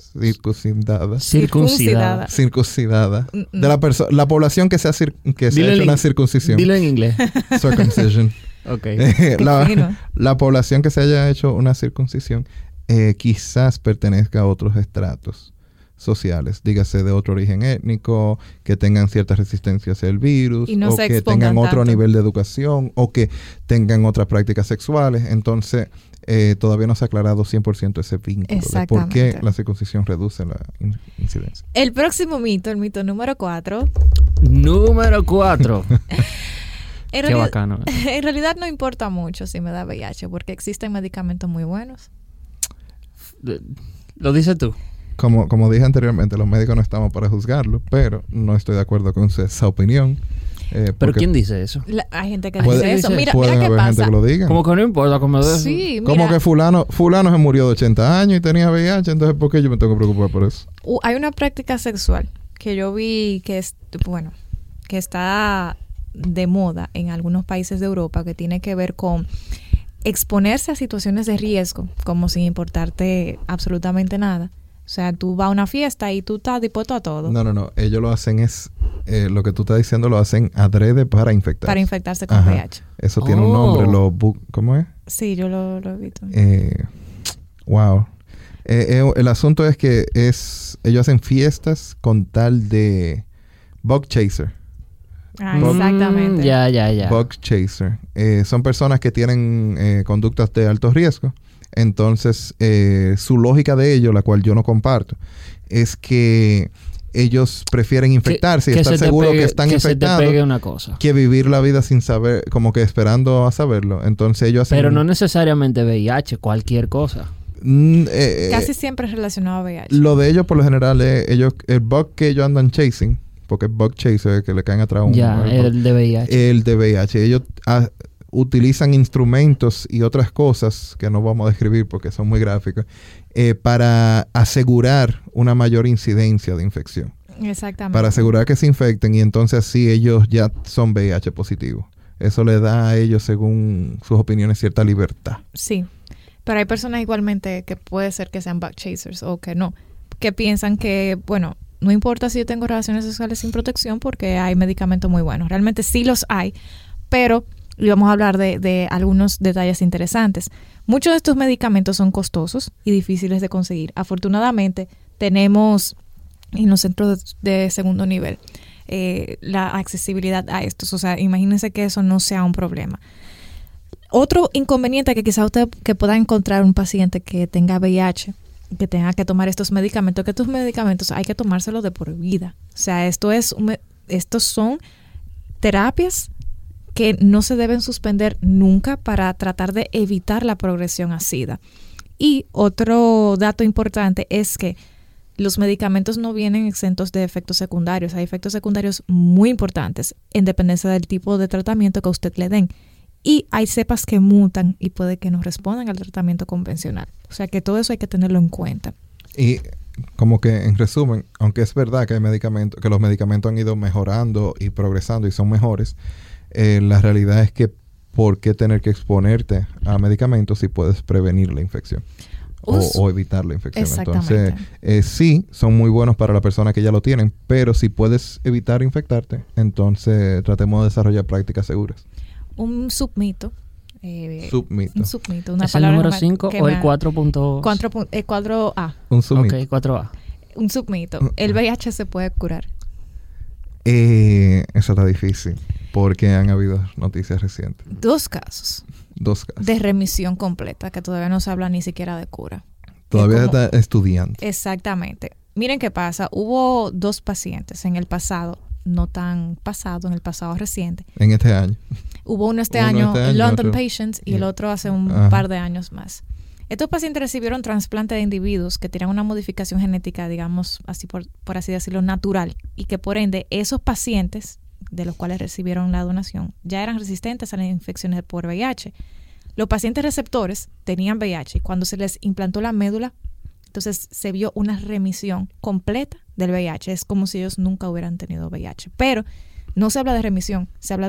S4: de la población que se ha hecho una circuncisión.
S3: Dilo en inglés.
S4: Circumcision.
S3: Okay.
S4: La población que se haya hecho una circuncisión quizás pertenezca a otros estratos sociales, dígase de otro origen étnico, que tengan cierta resistencia hacia el virus,
S2: y no
S4: o que tengan otro nivel de educación, o que tengan otras prácticas sexuales. Entonces, todavía no se ha aclarado 100% ese vínculo de por qué la circuncisión reduce la incidencia.
S2: El próximo mito, el mito número 4.
S3: Número 4.
S2: Qué
S3: bacano.
S2: En realidad no importa mucho si me da VIH, porque existen medicamentos muy buenos.
S3: ¿Lo dices tú?
S4: Como dije anteriormente, los médicos no estamos para juzgarlo, pero no estoy de acuerdo con esa opinión.
S3: ¿Pero quién dice eso?
S2: Hay gente que dice eso. Mira
S4: qué pasa.
S2: Gente que
S4: lo diga.
S3: Como que no importa.
S2: Sí, mira.
S4: Como que fulano se murió de 80 años y tenía VIH, entonces ¿por qué yo me tengo que preocupar por eso?
S2: Hay una práctica sexual que yo vi que está de moda en algunos países de Europa, que tiene que ver con exponerse a situaciones de riesgo, como sin importarte absolutamente nada. O sea, tú vas a una fiesta y tú estás dispuesto a todo.
S4: No. Ellos lo hacen lo que tú estás diciendo lo hacen adrede para infectarse.
S2: Para infectarse con VIH.
S4: Eso tiene un nombre. ¿Cómo es?
S2: Sí, yo lo he visto.
S4: Wow. El asunto es que ellos hacen fiestas con tal de bug chaser.
S2: Exactamente.
S3: Ya.
S4: Bug chaser. Son personas que tienen conductas de alto riesgo. Entonces, su lógica de ello, la cual yo no comparto, es que ellos prefieren infectarse y estar seguros que están infectados que vivir la vida sin saber, como que esperando a saberlo. Entonces ellos hacen...
S3: Pero no necesariamente VIH, cualquier cosa.
S2: Casi siempre es relacionado a VIH.
S4: Lo de ellos, por lo general, el bug que ellos andan chasing, porque es bug chaser, que le caen atrás
S3: el de VIH.
S4: El de VIH. Ellos utilizan instrumentos y otras cosas que no vamos a describir porque son muy gráficos para asegurar una mayor incidencia de infección.
S2: Exactamente.
S4: Para asegurar que se infecten y entonces así ellos ya son VIH positivos. Eso le da a ellos, según sus opiniones, cierta libertad.
S2: Sí, pero hay personas igualmente que puede ser que sean bug chasers o que no, que piensan que, bueno, no importa si yo tengo relaciones sexuales sin protección porque hay medicamentos muy buenos. Realmente sí los hay, pero... Y vamos a hablar de algunos detalles interesantes. Muchos de estos medicamentos son costosos y difíciles de conseguir. Afortunadamente, tenemos en los centros de segundo nivel la accesibilidad a estos. O sea, imagínense que eso no sea un problema. Otro inconveniente que quizá usted que pueda encontrar un paciente que tenga VIH, que tenga que tomar estos medicamentos, que estos medicamentos hay que tomárselos de por vida. O sea, estos son terapias que no se deben suspender nunca para tratar de evitar la progresión a SIDA. Y otro dato importante es que los medicamentos no vienen exentos de efectos secundarios. Hay efectos secundarios muy importantes en dependencia del tipo de tratamiento que a usted le den. Y hay cepas que mutan y puede que no respondan al tratamiento convencional. O sea que todo eso hay que tenerlo en cuenta.
S4: Y como que en resumen, aunque es verdad que hay medicamentos, que los medicamentos han ido mejorando y progresando y son mejores, la realidad es que ¿por qué tener que exponerte a medicamentos si puedes prevenir la infección o evitar la infección? Entonces, sí, son muy buenos para la persona que ya lo tienen, pero si puedes evitar infectarte, entonces tratemos de desarrollar prácticas seguras.
S2: Un submito.
S4: Un
S2: submito. Una
S3: ¿es el número 5 o el 4.A?
S4: Un submito.
S3: Ok, 4A.
S2: Un submito. ¿El VIH se puede curar?
S4: Eso está difícil porque han habido noticias recientes.
S2: Dos casos de remisión completa, que todavía no se habla ni siquiera de cura.
S4: Todavía está estudiando.
S2: Exactamente. Miren qué pasa. Hubo 2 pacientes en el pasado, no tan pasado, en el pasado reciente.
S4: En este año.
S2: Hubo uno este año, London Patients, y el otro hace un par de años más. Estos pacientes recibieron trasplante de individuos que tenían una modificación genética, digamos, así por así decirlo, natural, y que por ende esos pacientes de los cuales recibieron la donación ya eran resistentes a las infecciones por VIH. Los pacientes receptores tenían VIH y cuando se les implantó la médula, entonces se vio una remisión completa del VIH. Es como si ellos nunca hubieran tenido VIH. Pero no se habla de remisión, se habla de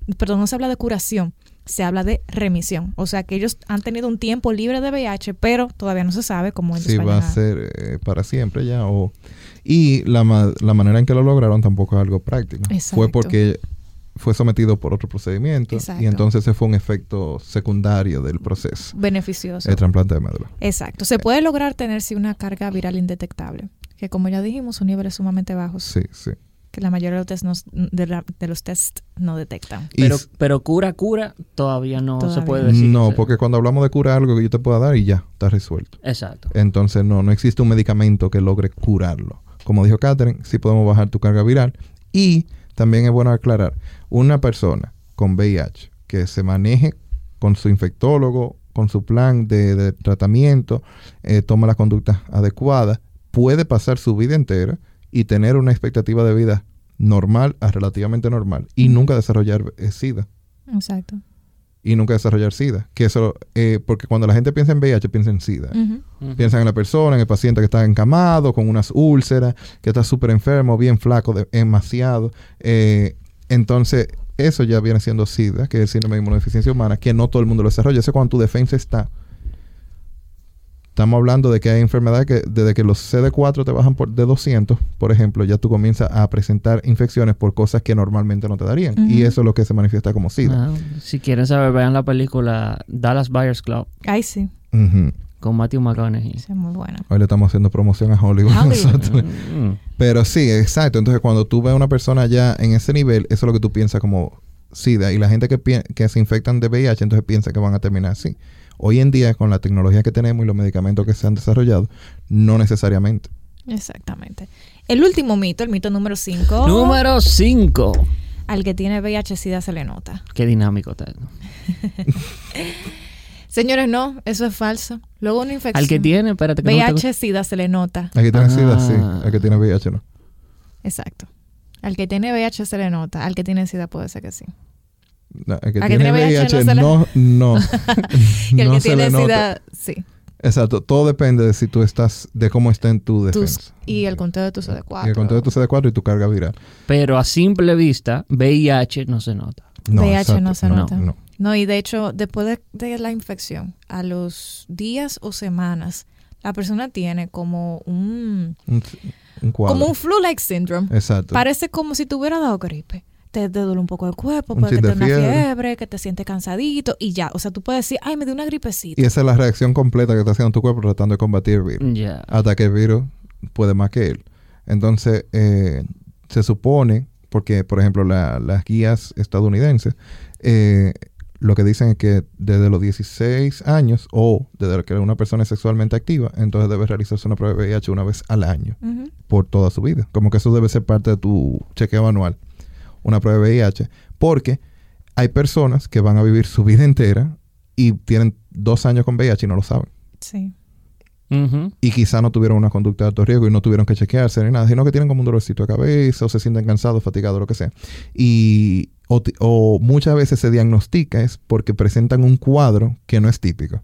S2: no se habla de curación, se habla de remisión. O sea que ellos han tenido un tiempo libre de VIH, pero todavía no se sabe cómo
S4: si va a ser para siempre ya. Y la manera en que lo lograron tampoco es algo práctico.
S2: Exacto.
S4: Fue porque fue sometido por otro procedimiento.
S2: Exacto.
S4: Y entonces ese fue un efecto secundario del proceso.
S2: Beneficioso.
S4: El trasplante de médula.
S2: Exacto. Se puede lograr tener una carga viral indetectable, que como ya dijimos, son niveles sumamente bajos.
S4: Sí, sí.
S2: Que la mayoría de los tests no detectan.
S3: Pero cura todavía no se puede decir.
S4: No, porque cuando hablamos de cura, algo que yo te pueda dar y ya, está resuelto.
S3: Exacto.
S4: Entonces no existe un medicamento que logre curarlo. Como dijo Catherine, sí podemos bajar tu carga viral. Y también es bueno aclarar, una persona con VIH que se maneje con su infectólogo, con su plan de tratamiento, toma las conductas adecuadas, puede pasar su vida entera y tener una expectativa de vida normal a relativamente normal y nunca desarrollar SIDA.
S2: Exacto.
S4: Y nunca desarrollar SIDA. Que eso, porque cuando la gente piensa en VIH, piensa en SIDA. Piensan en la persona, en el paciente que está encamado, con unas úlceras, que está súper enfermo, bien flaco, demasiado. Entonces, eso ya viene siendo SIDA, que es el síndrome de inmunodeficiencia humana, que no todo el mundo lo desarrolla. Eso es cuando tu defensa está. Estamos hablando de que hay enfermedades que desde que los CD4 te bajan de 200, por ejemplo, ya tú comienzas a presentar infecciones por cosas que normalmente no te darían. Y eso es lo que se manifiesta como SIDA.
S3: Si quieren saber, vean la película Dallas Buyers Club.
S2: Ay, sí.
S3: Con Matthew McConaughey.
S2: Sí, muy buena.
S4: Hoy le estamos haciendo promoción a Hollywood. Nosotros. Pero sí, exacto. Entonces, cuando tú ves a una persona ya en ese nivel, eso es lo que tú piensas como SIDA. Y la gente que se infectan de VIH, entonces piensa que van a terminar así. Hoy en día, con la tecnología que tenemos y los medicamentos que se han desarrollado, no necesariamente.
S2: Exactamente. El último mito, el mito número 5.
S3: Número 5.
S2: Al que tiene VIH-Sida se le nota.
S3: Qué dinámico está esto.
S2: Señores, no, eso es falso. Luego una infección.
S3: Al que tiene, espérate.
S2: VIH-Sida se le nota.
S4: Al que tiene SIDA, sí. Al que tiene VIH, no.
S2: Exacto. Al que tiene VIH se le nota. Al que tiene SIDA puede ser que sí.
S4: No, el que tiene VIH no.
S2: Y el que tiene SIDA, sí.
S4: Exacto. Todo depende de si tú estás, de cómo está en tu defensa.
S2: Y el conteo de tu CD4.
S4: Y el conteo de tu CD4 y tu carga viral.
S3: Pero a simple vista, VIH no se nota.
S4: No,
S2: VIH
S4: exacto.
S2: no se nota.
S4: No.
S2: No, y de hecho, después de la infección, a los días o semanas, la persona tiene como un cuadro. Como un flu-like syndrome.
S4: Exacto.
S2: Parece como si te hubiera dado gripe. Te duele un poco el cuerpo, puede que te dé una fiebre, que te sientes cansadito y ya. O sea, tú puedes decir, ay, me dio una gripecita. Y
S4: esa es la reacción completa que está haciendo tu cuerpo tratando de combatir el virus.
S3: Yeah.
S4: Hasta que el virus puede más que él. Entonces, se supone, porque, por ejemplo, las guías estadounidenses, lo que dicen es que desde los 16 años o desde que una persona es sexualmente activa, entonces debe realizarse una prueba de VIH una vez al año por toda su vida. Como que eso debe ser parte de tu chequeo anual. Una prueba de VIH, porque hay personas que van a vivir su vida entera y tienen 2 años con VIH y no lo saben.
S2: Sí.
S4: Y quizá no tuvieron una conducta de alto riesgo y no tuvieron que chequearse ni nada, sino que tienen como un dolorcito de cabeza o se sienten cansados, fatigados, lo que sea. O muchas veces se diagnostica es porque presentan un cuadro que no es típico.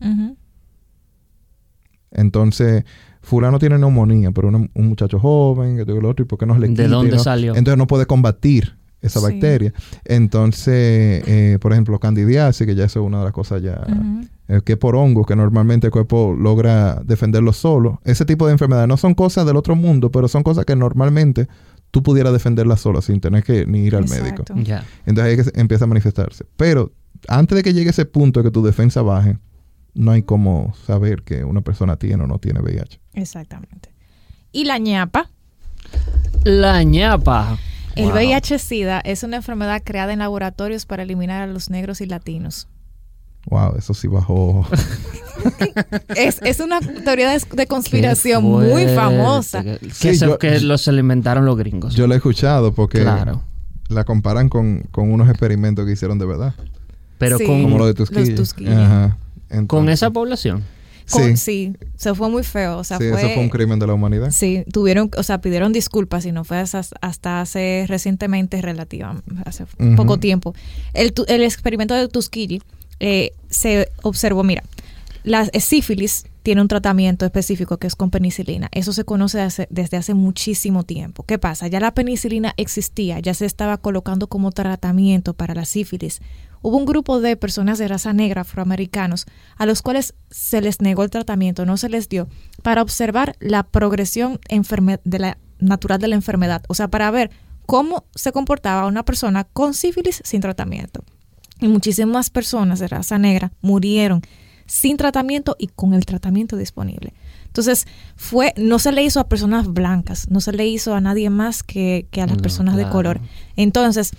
S4: Entonces, fulano tiene neumonía, pero un muchacho joven, que tuvo el otro, ¿y por qué no le quita?
S3: ¿De dónde salió?
S4: Entonces no puede combatir esa bacteria. Entonces, por ejemplo, candidiasis, que ya eso es una de las cosas ya, que por hongos, que normalmente el cuerpo logra defenderlo solo. Ese tipo de enfermedades no son cosas del otro mundo, pero son cosas que normalmente tú pudieras defenderlas sola sin tener que ni ir al médico.
S3: Yeah.
S4: Entonces ahí que empieza a manifestarse. Pero antes de que llegue ese punto de que tu defensa baje, no hay cómo saber que una persona tiene o no tiene VIH.
S2: Exactamente. ¿Y la ñapa?
S3: La ñapa.
S2: El VIH-Sida es una enfermedad creada en laboratorios para eliminar a los negros y latinos.
S4: Wow, eso sí bajó.
S2: es una teoría de conspiración muy famosa.
S3: Que los alimentaron los gringos.
S4: Yo la he escuchado porque la comparan con unos experimentos que hicieron de verdad.
S3: Pero
S4: como lo de Tuskegee. Ajá. Entonces,
S3: ¿con esa población?
S2: Sí, se fue muy feo. O sea,
S4: eso fue un crimen de la humanidad.
S2: Sí, pidieron disculpas y no fue hasta hace recientemente, hace poco tiempo. El experimento de Tuskegee se observó, mira, La sífilis tiene un tratamiento específico que es con penicilina. Eso se conoce desde hace muchísimo tiempo. ¿Qué pasa? Ya la penicilina existía, ya se estaba colocando como tratamiento para la sífilis. Hubo un grupo de personas de raza negra, afroamericanos, a los cuales se les negó el tratamiento, no se les dio, para observar la progresión natural de la enfermedad. O sea, para ver cómo se comportaba una persona con sífilis sin tratamiento. Y muchísimas personas de raza negra murieron sin tratamiento y con el tratamiento disponible. Entonces, no se le hizo a personas blancas, no se le hizo a nadie más que a las personas de color. Entonces,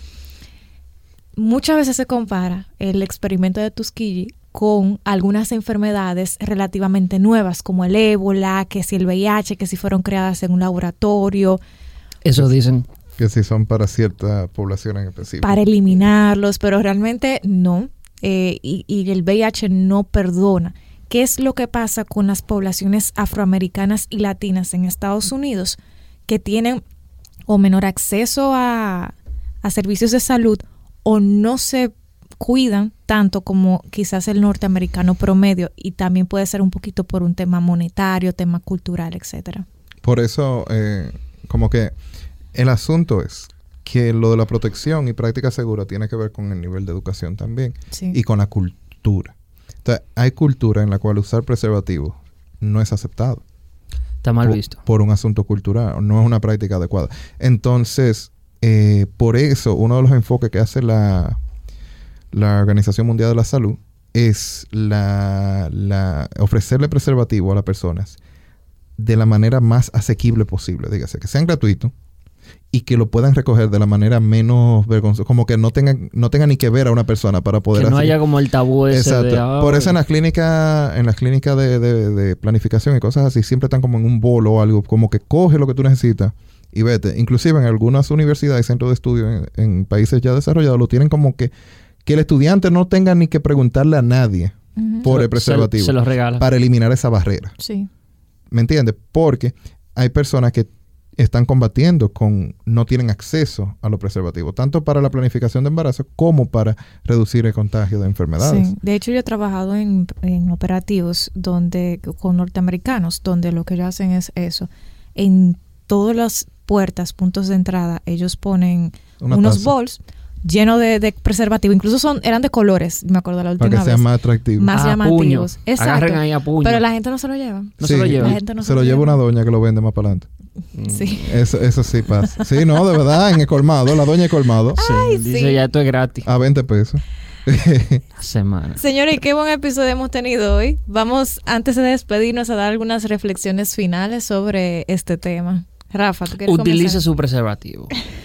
S2: muchas veces se compara el experimento de Tuskegee con algunas enfermedades relativamente nuevas, como el ébola, que si el VIH, que si fueron creadas en un laboratorio.
S3: Eso dicen.
S4: Que si son para cierta población en específico.
S2: Para eliminarlos, pero realmente no. Y el VIH no perdona. ¿Qué es lo que pasa con las poblaciones afroamericanas y latinas en Estados Unidos que tienen o menor acceso a servicios de salud o no se cuidan tanto como quizás el norteamericano promedio, y también puede ser un poquito por un tema monetario, tema cultural, etcétera?
S4: Por eso, como que el asunto es que lo de la protección y práctica segura tiene que ver con el nivel de educación también, sí, y con la cultura. Entonces, hay cultura en la cual usar preservativo no es aceptado.
S3: Está mal visto.
S4: Por un asunto cultural, no es una práctica adecuada. Entonces, por eso, uno de los enfoques que hace la Organización Mundial de la Salud es ofrecerle preservativo a las personas de la manera más asequible posible. Dígase, que sean gratuitos y que lo puedan recoger de la manera menos vergonzosa, como que no tengan ni que ver a una persona para poder
S3: que no haya como el tabú ese.
S4: Exacto. Por eso en las clínicas de planificación y cosas así siempre están como en un bolo o algo, como que coge lo que tú necesitas y vete. Inclusive en algunas universidades y centros de estudio en países ya desarrollados lo tienen como que el estudiante no tenga ni que preguntarle a nadie por el preservativo.
S3: Se los regala.
S4: Para eliminar esa barrera.
S2: Sí.
S4: ¿Me entiendes? Porque hay personas que están combatiendo no tienen acceso a los preservativos, tanto para la planificación de embarazo como para reducir el contagio de enfermedades.
S2: Sí. De hecho, yo he trabajado en operativos con norteamericanos, donde lo que ellos hacen es eso. En todas las puertas, puntos de entrada, ellos ponen unos bols llenos de preservativo. Incluso eran de colores, me acuerdo la última vez.
S4: Para que sean más atractivos.
S2: Más llamativos.
S3: Puño.
S2: Exacto.
S3: Agarren ahí a puño.
S2: Pero la gente no se lo lleva.
S3: No se lo lleva.
S2: La gente no
S4: se lo lleva una doña que lo vende más para adelante.
S2: Sí.
S4: Eso sí pasa. Sí, no, de verdad, en el colmado, la doña de colmado.
S2: Ay,
S3: sí. Dice, ya esto es gratis.
S4: A 20 pesos.
S3: Semana.
S2: Señores, qué buen episodio hemos tenido hoy. Vamos, antes de despedirnos, a dar algunas reflexiones finales sobre este tema. Rafa, ¿tú quieres
S3: Utilice
S2: comenzar?
S3: su preservativo.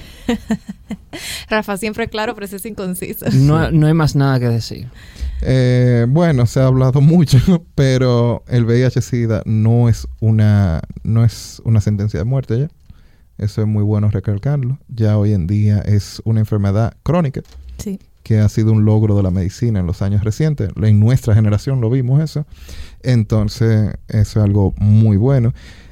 S2: Rafa, siempre claro, preciso y conciso.
S3: No hay más nada que decir.
S4: Bueno, se ha hablado mucho, pero el VIH-Sida no es una sentencia de muerte ya. Eso es muy bueno recalcarlo. Ya hoy en día es una enfermedad crónica,
S2: sí,
S4: que ha sido un logro de la medicina en los años recientes. En nuestra generación lo vimos eso. Entonces, eso es algo muy bueno.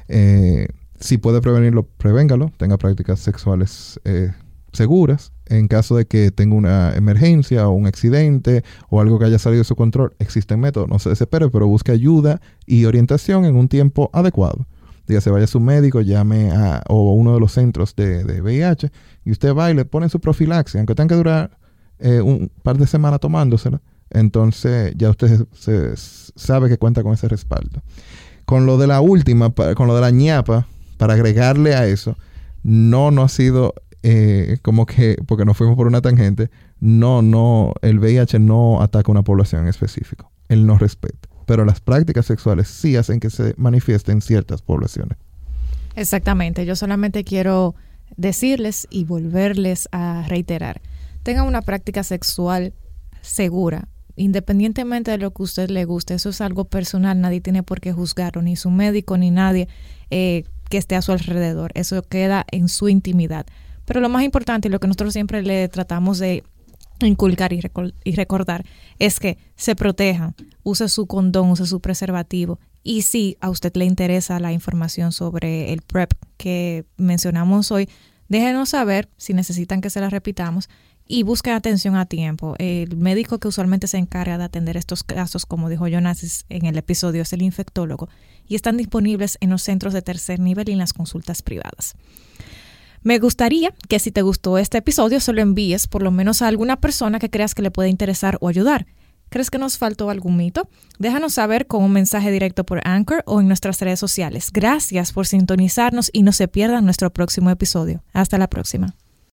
S4: Si puede prevenirlo, prevéngalo. Tenga prácticas sexuales seguras. En caso de que tenga una emergencia o un accidente o algo que haya salido de su control, existen métodos. No se desespere, pero busque ayuda y orientación en un tiempo adecuado. Dígase, vaya a su médico, llame a uno de los centros de VIH y usted va y le pone su profilaxis. Aunque tenga que durar un par de semanas tomándosela, entonces ya usted sabe que cuenta con ese respaldo. Con lo de la última, con lo de la ñapa, para agregarle a eso, no ha sido como que, porque nos fuimos por una tangente, el VIH no ataca a una población en específico. Él no respeta. Pero las prácticas sexuales sí hacen que se manifieste en ciertas poblaciones.
S2: Exactamente. Yo solamente quiero decirles y volverles a reiterar. Tengan una práctica sexual segura, independientemente de lo que a usted le guste. Eso es algo personal, nadie tiene por qué juzgarlo, ni su médico, ni nadie que esté a su alrededor. Eso queda en su intimidad. Pero lo más importante y lo que nosotros siempre le tratamos de inculcar y recordar es que se protejan, use su condón, use su preservativo. Y si a usted le interesa la información sobre el PrEP que mencionamos hoy, déjenos saber si necesitan que se la repitamos y busquen atención a tiempo. El médico que usualmente se encarga de atender estos casos, como dijo Jonas en el episodio, es el infectólogo, y están disponibles en los centros de tercer nivel y en las consultas privadas. Me gustaría que si te gustó este episodio se lo envíes por lo menos a alguna persona que creas que le puede interesar o ayudar. ¿Crees que nos faltó algún mito? Déjanos saber con un mensaje directo por Anchor o en nuestras redes sociales. Gracias por sintonizarnos y no se pierdan nuestro próximo episodio. Hasta la próxima.